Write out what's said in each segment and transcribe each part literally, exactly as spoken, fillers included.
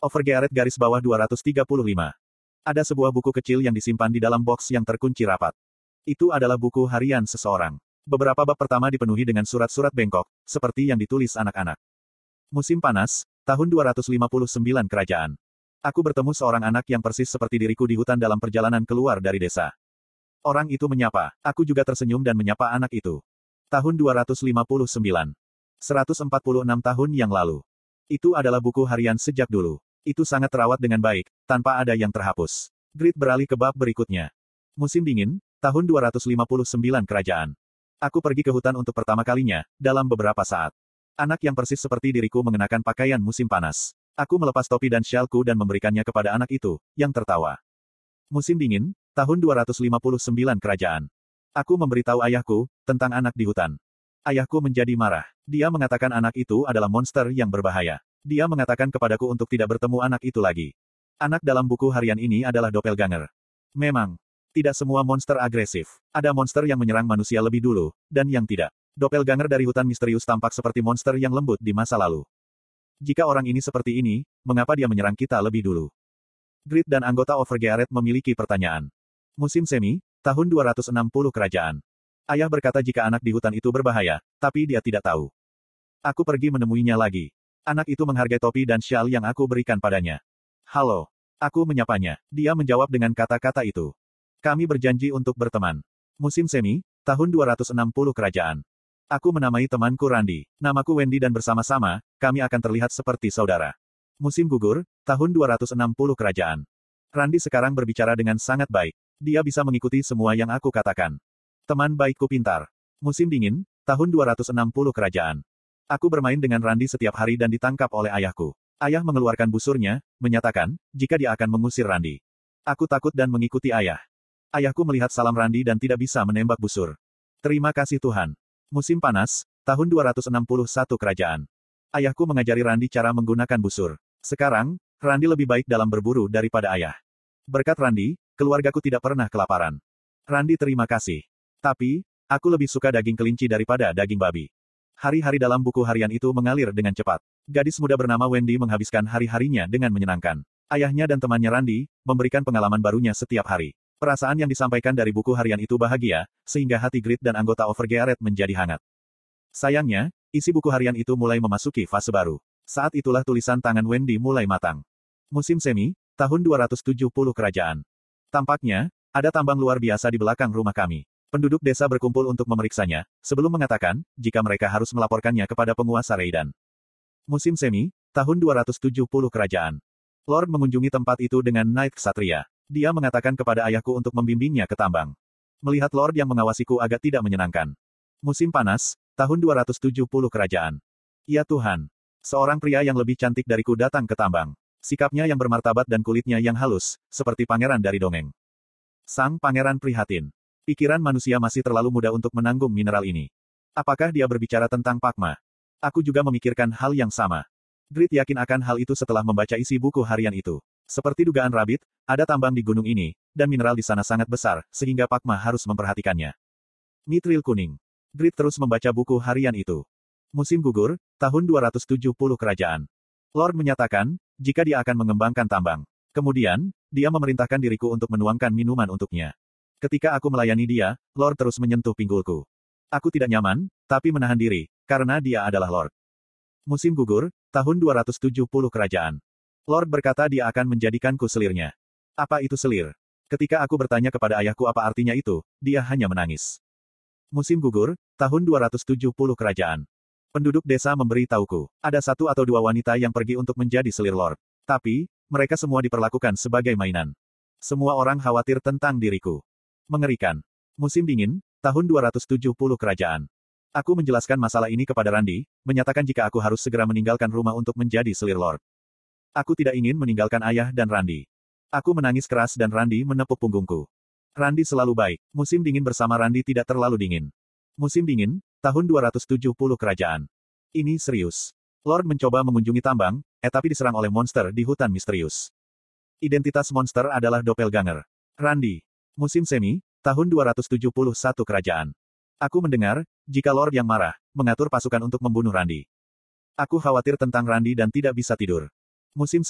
Overgearet garis bawah dua ratus tiga puluh lima. Ada sebuah buku kecil yang disimpan di dalam box yang terkunci rapat. Itu adalah buku harian seseorang. Beberapa bab pertama dipenuhi dengan surat-surat bengkok, seperti yang ditulis anak-anak. Musim panas, tahun dua ratus lima puluh sembilan Kerajaan. Aku bertemu seorang anak yang persis seperti diriku di hutan dalam perjalanan keluar dari desa. Orang itu menyapa. Aku juga tersenyum dan menyapa anak itu. Tahun dua ratus lima puluh sembilan. seratus empat puluh enam tahun yang lalu. Itu adalah buku harian sejak dulu. Itu sangat terawat dengan baik, tanpa ada yang terhapus. Grid beralih ke bab berikutnya. Musim dingin, tahun dua ratus lima puluh sembilan Kerajaan. Aku pergi ke hutan untuk pertama kalinya, dalam beberapa saat. Anak yang persis seperti diriku mengenakan pakaian musim panas. Aku melepas topi dan syalku dan memberikannya kepada anak itu, yang tertawa. Musim dingin, tahun dua ratus lima puluh sembilan Kerajaan. Aku memberitahu ayahku, tentang anak di hutan. Ayahku menjadi marah. Dia mengatakan anak itu adalah monster yang berbahaya. Dia mengatakan kepadaku untuk tidak bertemu anak itu lagi. Anak dalam buku harian ini adalah doppelganger. Memang, tidak semua monster agresif. Ada monster yang menyerang manusia lebih dulu, dan yang tidak. Doppelganger dari hutan misterius tampak seperti monster yang lembut di masa lalu. Jika orang ini seperti ini, mengapa dia menyerang kita lebih dulu? Grid dan anggota Overgearet memiliki pertanyaan. Musim semi, tahun dua ratus enam puluh Kerajaan. Ayah berkata jika anak di hutan itu berbahaya, tapi dia tidak tahu. Aku pergi menemuinya lagi. Anak itu menghargai topi dan syal yang aku berikan padanya. Halo. Aku menyapanya. Dia menjawab dengan kata-kata itu. Kami berjanji untuk berteman. Musim semi, tahun dua ratus enam puluh Kerajaan. Aku menamai temanku Randy. Namaku Wendy dan bersama-sama, kami akan terlihat seperti saudara. Musim gugur, tahun dua ratus enam puluh Kerajaan. Randy sekarang berbicara dengan sangat baik. Dia bisa mengikuti semua yang aku katakan. Teman baikku pintar. Musim dingin, tahun dua ratus enam puluh Kerajaan. Aku bermain dengan Randy setiap hari dan ditangkap oleh ayahku. Ayah mengeluarkan busurnya, menyatakan, jika dia akan mengusir Randy. Aku takut dan mengikuti ayah. Ayahku melihat salam Randy dan tidak bisa menembak busur. Terima kasih Tuhan. Musim panas, tahun dua ratus enam puluh satu Kerajaan. Ayahku mengajari Randy cara menggunakan busur. Sekarang, Randy lebih baik dalam berburu daripada ayah. Berkat Randy, keluargaku tidak pernah kelaparan. Randy terima kasih. Tapi, aku lebih suka daging kelinci daripada daging babi. Hari-hari dalam buku harian itu mengalir dengan cepat. Gadis muda bernama Wendy menghabiskan hari-harinya dengan menyenangkan. Ayahnya dan temannya Randy, memberikan pengalaman barunya setiap hari. Perasaan yang disampaikan dari buku harian itu bahagia, sehingga hati Grid dan anggota Overgearet menjadi hangat. Sayangnya, isi buku harian itu mulai memasuki fase baru. Saat itulah tulisan tangan Wendy mulai matang. Musim semi, tahun dua ratus tujuh puluh Kerajaan. Tampaknya, ada tambang luar biasa di belakang rumah kami. Penduduk desa berkumpul untuk memeriksanya, sebelum mengatakan, jika mereka harus melaporkannya kepada penguasa Reidan. Musim semi, tahun dua ratus tujuh puluh Kerajaan. Lord mengunjungi tempat itu dengan Knight Ksatria. Dia mengatakan kepada ayahku untuk membimbingnya ke tambang. Melihat Lord yang mengawasiku agak tidak menyenangkan. Musim panas, tahun dua ratus tujuh puluh Kerajaan. Ya Tuhan. Seorang pria yang lebih cantik dariku datang ke tambang. Sikapnya yang bermartabat dan kulitnya yang halus, seperti pangeran dari dongeng. Sang pangeran prihatin. Pikiran manusia masih terlalu muda untuk menanggung mineral ini. Apakah dia berbicara tentang Pakma? Aku juga memikirkan hal yang sama. Grid yakin akan hal itu setelah membaca isi buku harian itu. Seperti dugaan Rabbit, ada tambang di gunung ini, dan mineral di sana sangat besar, sehingga Pakma harus memperhatikannya. Mithril kuning. Grid terus membaca buku harian itu. Musim gugur, tahun dua ratus tujuh puluh Kerajaan. Lord menyatakan, jika dia akan mengembangkan tambang. Kemudian, dia memerintahkan diriku untuk menuangkan minuman untuknya. Ketika aku melayani dia, Lord terus menyentuh pinggulku. Aku tidak nyaman, tapi menahan diri, karena dia adalah Lord. Musim gugur, tahun dua ratus tujuh puluh Kerajaan. Lord berkata dia akan menjadikanku selirnya. Apa itu selir? Ketika aku bertanya kepada ayahku apa artinya itu, dia hanya menangis. Musim gugur, tahun dua ratus tujuh puluh Kerajaan. Penduduk desa memberi tahuku, ada satu atau dua wanita yang pergi untuk menjadi selir Lord. Tapi, mereka semua diperlakukan sebagai mainan. Semua orang khawatir tentang diriku. Mengerikan. Musim dingin, tahun dua ratus tujuh puluh Kerajaan. Aku menjelaskan masalah ini kepada Randy, menyatakan jika aku harus segera meninggalkan rumah untuk menjadi selir Lord. Aku tidak ingin meninggalkan ayah dan Randy. Aku menangis keras dan Randy menepuk punggungku. Randy selalu baik. Musim dingin bersama Randy tidak terlalu dingin. Musim dingin, tahun dua ratus tujuh puluh Kerajaan. Ini serius. Lord mencoba mengunjungi tambang, eh tapi diserang oleh monster di hutan misterius. Identitas monster adalah doppelganger. Randy. Musim semi, tahun dua ratus tujuh puluh satu Kerajaan. Aku mendengar, jika Lord yang marah, mengatur pasukan untuk membunuh Randy. Aku khawatir tentang Randy dan tidak bisa tidur. Musim semi,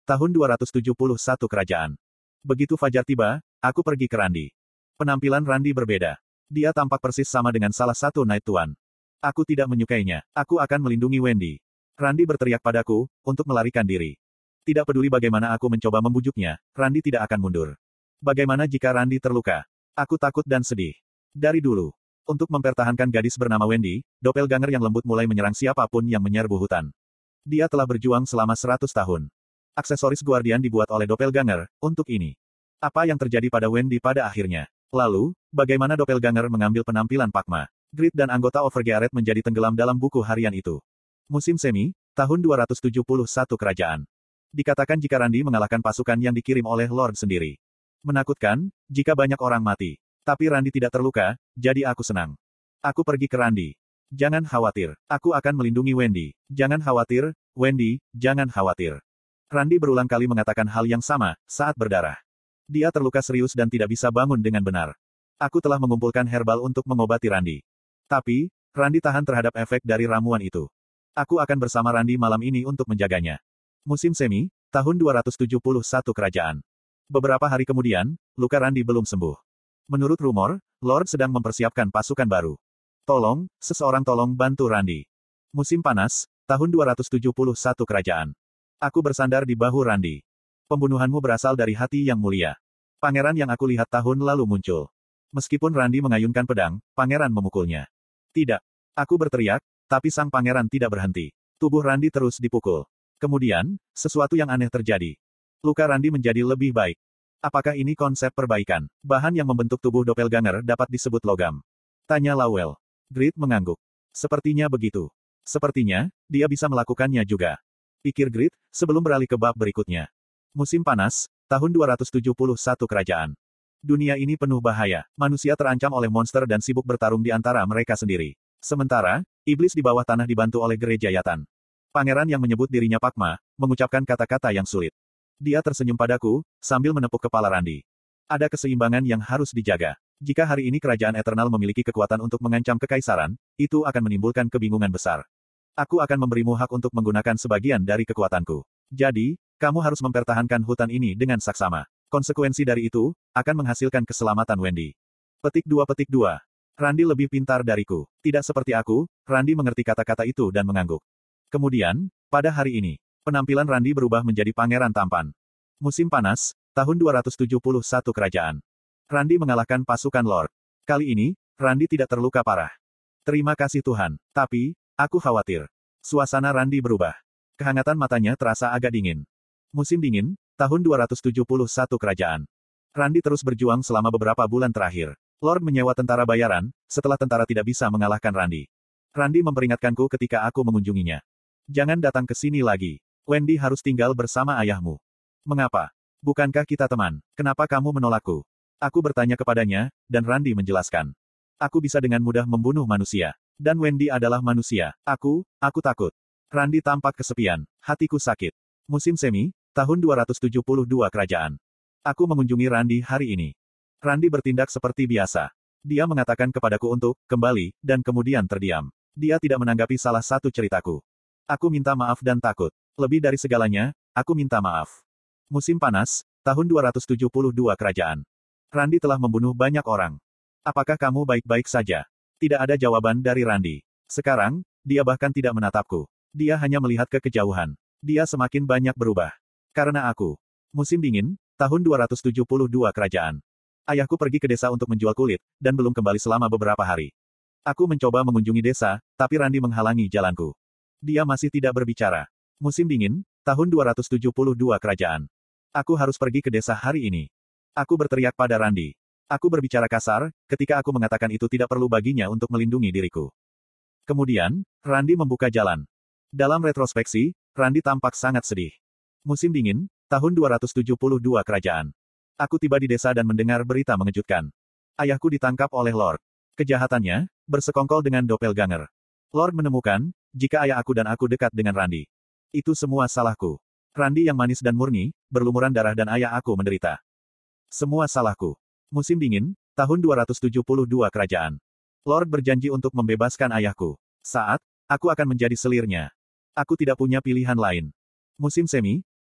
tahun dua ratus tujuh puluh satu Kerajaan. Begitu fajar tiba, aku pergi ke Randy. Penampilan Randy berbeda. Dia tampak persis sama dengan salah satu Knight Tuan. Aku tidak menyukainya. Aku akan melindungi Wendy. Randy berteriak padaku, untuk melarikan diri. Tidak peduli bagaimana aku mencoba membujuknya, Randy tidak akan mundur. Bagaimana jika Randy terluka? Aku takut dan sedih. Dari dulu. Untuk mempertahankan gadis bernama Wendy, doppelganger yang lembut mulai menyerang siapapun yang menyerbu hutan. Dia telah berjuang selama seratus tahun. Aksesoris Guardian dibuat oleh doppelganger, untuk ini. Apa yang terjadi pada Wendy pada akhirnya? Lalu, bagaimana doppelganger mengambil penampilan Pakma? Grid dan anggota Overgearet menjadi tenggelam dalam buku harian itu. Musim semi, tahun dua ratus tujuh puluh satu Kerajaan. Dikatakan jika Randy mengalahkan pasukan yang dikirim oleh Lord sendiri. Menakutkan, jika banyak orang mati. Tapi Randy tidak terluka, jadi aku senang. Aku pergi ke Randy. Jangan khawatir, aku akan melindungi Wendy. Jangan khawatir, Wendy, jangan khawatir. Randy berulang kali mengatakan hal yang sama, saat berdarah. Dia terluka serius dan tidak bisa bangun dengan benar. Aku telah mengumpulkan herbal untuk mengobati Randy. Tapi, Randy tahan terhadap efek dari ramuan itu. Aku akan bersama Randy malam ini untuk menjaganya. Musim semi, tahun dua ratus tujuh puluh satu Kerajaan. Beberapa hari kemudian, luka Randy belum sembuh. Menurut rumor, Lord sedang mempersiapkan pasukan baru. Tolong, seseorang tolong bantu Randy. Musim panas, tahun dua ratus tujuh puluh satu Kerajaan. Aku bersandar di bahu Randy. Pembunuhanmu berasal dari hati yang mulia. Pangeran yang aku lihat tahun lalu muncul. Meskipun Randy mengayunkan pedang, pangeran memukulnya. Tidak. Aku berteriak, tapi sang pangeran tidak berhenti. Tubuh Randy terus dipukul. Kemudian, sesuatu yang aneh terjadi. Luka Randy menjadi lebih baik. Apakah ini konsep perbaikan? Bahan yang membentuk tubuh doppelganger dapat disebut logam. Tanya Lawel. Grid mengangguk. Sepertinya begitu. Sepertinya, dia bisa melakukannya juga. Pikir Grid, sebelum beralih ke bab berikutnya. Musim panas, tahun dua ratus tujuh puluh satu Kerajaan. Dunia ini penuh bahaya. Manusia terancam oleh monster dan sibuk bertarung di antara mereka sendiri. Sementara, iblis di bawah tanah dibantu oleh gereja Yatan. Pangeran yang menyebut dirinya Pakma, mengucapkan kata-kata yang sulit. Dia tersenyum padaku, sambil menepuk kepala Randy. Ada keseimbangan yang harus dijaga. Jika hari ini Kerajaan Eternal memiliki kekuatan untuk mengancam kekaisaran, itu akan menimbulkan kebingungan besar. Aku akan memberimu hak untuk menggunakan sebagian dari kekuatanku. Jadi, kamu harus mempertahankan hutan ini dengan saksama. Konsekuensi dari itu, akan menghasilkan keselamatan Wendy. Petik dua petik dua. Randy lebih pintar dariku. Tidak seperti aku, Randy mengerti kata-kata itu dan mengangguk. Kemudian, pada hari ini, penampilan Randy berubah menjadi pangeran tampan. Musim panas, tahun dua ratus tujuh puluh satu Kerajaan. Randy mengalahkan pasukan Lord. Kali ini, Randy tidak terluka parah. Terima kasih Tuhan. Tapi, aku khawatir. Suasana Randy berubah. Kehangatan matanya terasa agak dingin. Musim dingin, tahun dua ratus tujuh puluh satu Kerajaan. Randy terus berjuang selama beberapa bulan terakhir. Lord menyewa tentara bayaran, setelah tentara tidak bisa mengalahkan Randy. Randy memperingatkanku ketika aku mengunjunginya. Jangan datang ke sini lagi. Wendy harus tinggal bersama ayahmu. Mengapa? Bukankah kita teman? Kenapa kamu menolakku? Aku bertanya kepadanya, dan Randy menjelaskan. Aku bisa dengan mudah membunuh manusia. Dan Wendy adalah manusia. Aku, aku takut. Randy tampak kesepian. Hatiku sakit. Musim semi, tahun dua ratus tujuh puluh dua Kerajaan. Aku mengunjungi Randy hari ini. Randy bertindak seperti biasa. Dia mengatakan kepadaku untuk kembali, dan kemudian terdiam. Dia tidak menanggapi salah satu ceritaku. Aku minta maaf dan takut. Lebih dari segalanya, aku minta maaf. Musim panas, tahun dua ratus tujuh puluh dua Kerajaan. Randy telah membunuh banyak orang. Apakah kamu baik-baik saja? Tidak ada jawaban dari Randy. Sekarang, dia bahkan tidak menatapku. Dia hanya melihat ke kejauhan. Dia semakin banyak berubah. Karena aku. Musim dingin, tahun dua ratus tujuh puluh dua Kerajaan. Ayahku pergi ke desa untuk menjual kulit, dan belum kembali selama beberapa hari. Aku mencoba mengunjungi desa, tapi Randy menghalangi jalanku. Dia masih tidak berbicara. Musim dingin, tahun dua ratus tujuh puluh dua Kerajaan. Aku harus pergi ke desa hari ini. Aku berteriak pada Randy. Aku berbicara kasar, ketika aku mengatakan itu tidak perlu baginya untuk melindungi diriku. Kemudian, Randy membuka jalan. Dalam retrospeksi, Randy tampak sangat sedih. Musim dingin, tahun dua ratus tujuh puluh dua Kerajaan. Aku tiba di desa dan mendengar berita mengejutkan. Ayahku ditangkap oleh Lord. Kejahatannya, bersekongkol dengan doppelganger. Lord menemukan, jika ayah aku dan aku dekat dengan Randy. Itu semua salahku. Randy yang manis dan murni, berlumuran darah dan ayah aku menderita. Semua salahku. Musim dingin, tahun dua ratus tujuh puluh dua Kerajaan. Lord berjanji untuk membebaskan ayahku. Saat, aku akan menjadi selirnya. Aku tidak punya pilihan lain. Musim semi,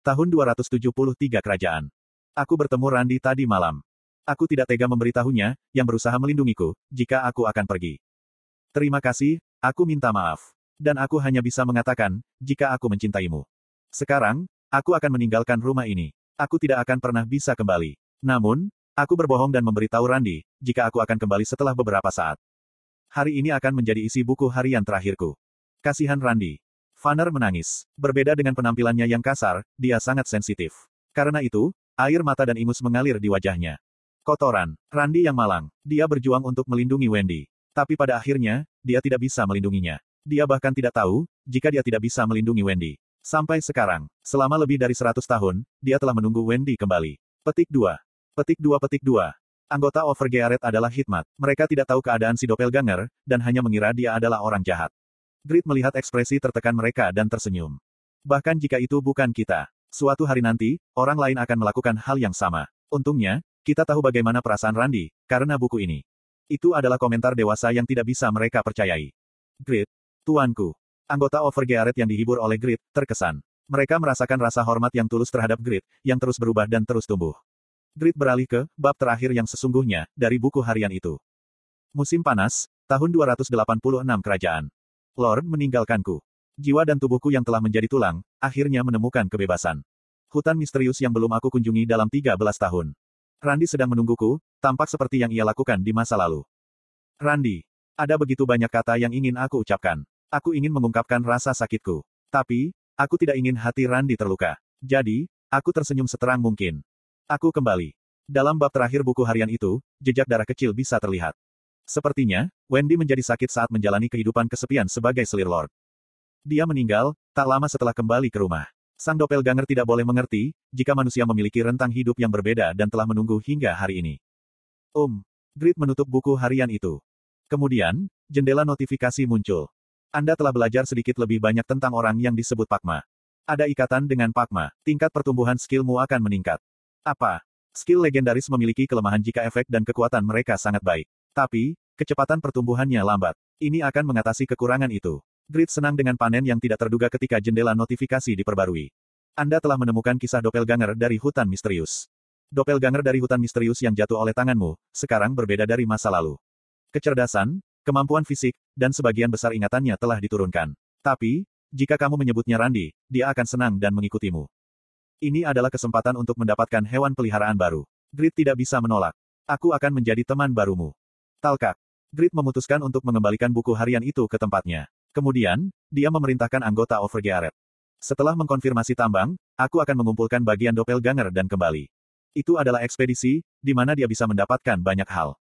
Tahun dua ratus tujuh puluh tiga Kerajaan. Aku bertemu Randy tadi malam. Aku tidak tega memberitahunya, yang berusaha melindungiku, jika aku akan pergi. Terima kasih, aku minta maaf. Dan aku hanya bisa mengatakan, jika aku mencintaimu. Sekarang, aku akan meninggalkan rumah ini. Aku tidak akan pernah bisa kembali. Namun, aku berbohong dan memberitahu Randy, jika aku akan kembali setelah beberapa saat. Hari ini akan menjadi isi buku harian terakhirku. Kasihan Randy. Vanner menangis. Berbeda dengan penampilannya yang kasar, dia sangat sensitif. Karena itu, air mata dan ingus mengalir di wajahnya. Kotoran. Randy yang malang. Dia berjuang untuk melindungi Wendy. Tapi pada akhirnya, dia tidak bisa melindunginya. Dia bahkan tidak tahu, jika dia tidak bisa melindungi Wendy. Sampai sekarang, selama lebih dari seratus tahun, dia telah menunggu Wendy kembali. Petik dua. Petik dua Petik dua. Anggota Overgearet adalah Hikmat. Mereka tidak tahu keadaan si doppelganger, dan hanya mengira dia adalah orang jahat. Grit melihat ekspresi tertekan mereka dan tersenyum. Bahkan jika itu bukan kita, suatu hari nanti, orang lain akan melakukan hal yang sama. Untungnya, kita tahu bagaimana perasaan Randy, karena buku ini. Itu adalah komentar dewasa yang tidak bisa mereka percayai. Grit, tuanku. Anggota Overgearet yang dihibur oleh Grit, terkesan. Mereka merasakan rasa hormat yang tulus terhadap Grit, yang terus berubah dan terus tumbuh. Grit beralih ke bab terakhir yang sesungguhnya, dari buku harian itu. Musim panas, tahun dua ratus delapan puluh enam Kerajaan. Lord meninggalkanku. Jiwa dan tubuhku yang telah menjadi tulang, akhirnya menemukan kebebasan. Hutan misterius yang belum aku kunjungi dalam tiga belas tahun. Randy sedang menungguku, tampak seperti yang ia lakukan di masa lalu. Randy. Ada begitu banyak kata yang ingin aku ucapkan. Aku ingin mengungkapkan rasa sakitku. Tapi, aku tidak ingin hati Randy terluka. Jadi, aku tersenyum seterang mungkin. Aku kembali. Dalam bab terakhir buku harian itu, jejak darah kecil bisa terlihat. Sepertinya, Wendy menjadi sakit saat menjalani kehidupan kesepian sebagai selir Lord. Dia meninggal, tak lama setelah kembali ke rumah. Sang doppelganger tidak boleh mengerti, jika manusia memiliki rentang hidup yang berbeda dan telah menunggu hingga hari ini. Um. Grit menutup buku harian itu. Kemudian, jendela notifikasi muncul. Anda telah belajar sedikit lebih banyak tentang orang yang disebut Pakma. Ada ikatan dengan Pakma, tingkat pertumbuhan skillmu akan meningkat. Apa? Skill legendaris memiliki kelemahan jika efek dan kekuatan mereka sangat baik. Tapi, kecepatan pertumbuhannya lambat. Ini akan mengatasi kekurangan itu. Grit senang dengan panen yang tidak terduga ketika jendela notifikasi diperbarui. Anda telah menemukan kisah doppelganger dari hutan misterius. Doppelganger dari hutan misterius yang jatuh oleh tanganmu, sekarang berbeda dari masa lalu. Kecerdasan, kemampuan fisik, dan sebagian besar ingatannya telah diturunkan. Tapi, jika kamu menyebutnya Randy, dia akan senang dan mengikutimu. Ini adalah kesempatan untuk mendapatkan hewan peliharaan baru. Grit tidak bisa menolak. Aku akan menjadi teman barumu. Talkak. Grit memutuskan untuk mengembalikan buku harian itu ke tempatnya. Kemudian, dia memerintahkan anggota Overgearet. Setelah mengkonfirmasi tambang, aku akan mengumpulkan bagian doppelganger dan kembali. Itu adalah ekspedisi, di mana dia bisa mendapatkan banyak hal.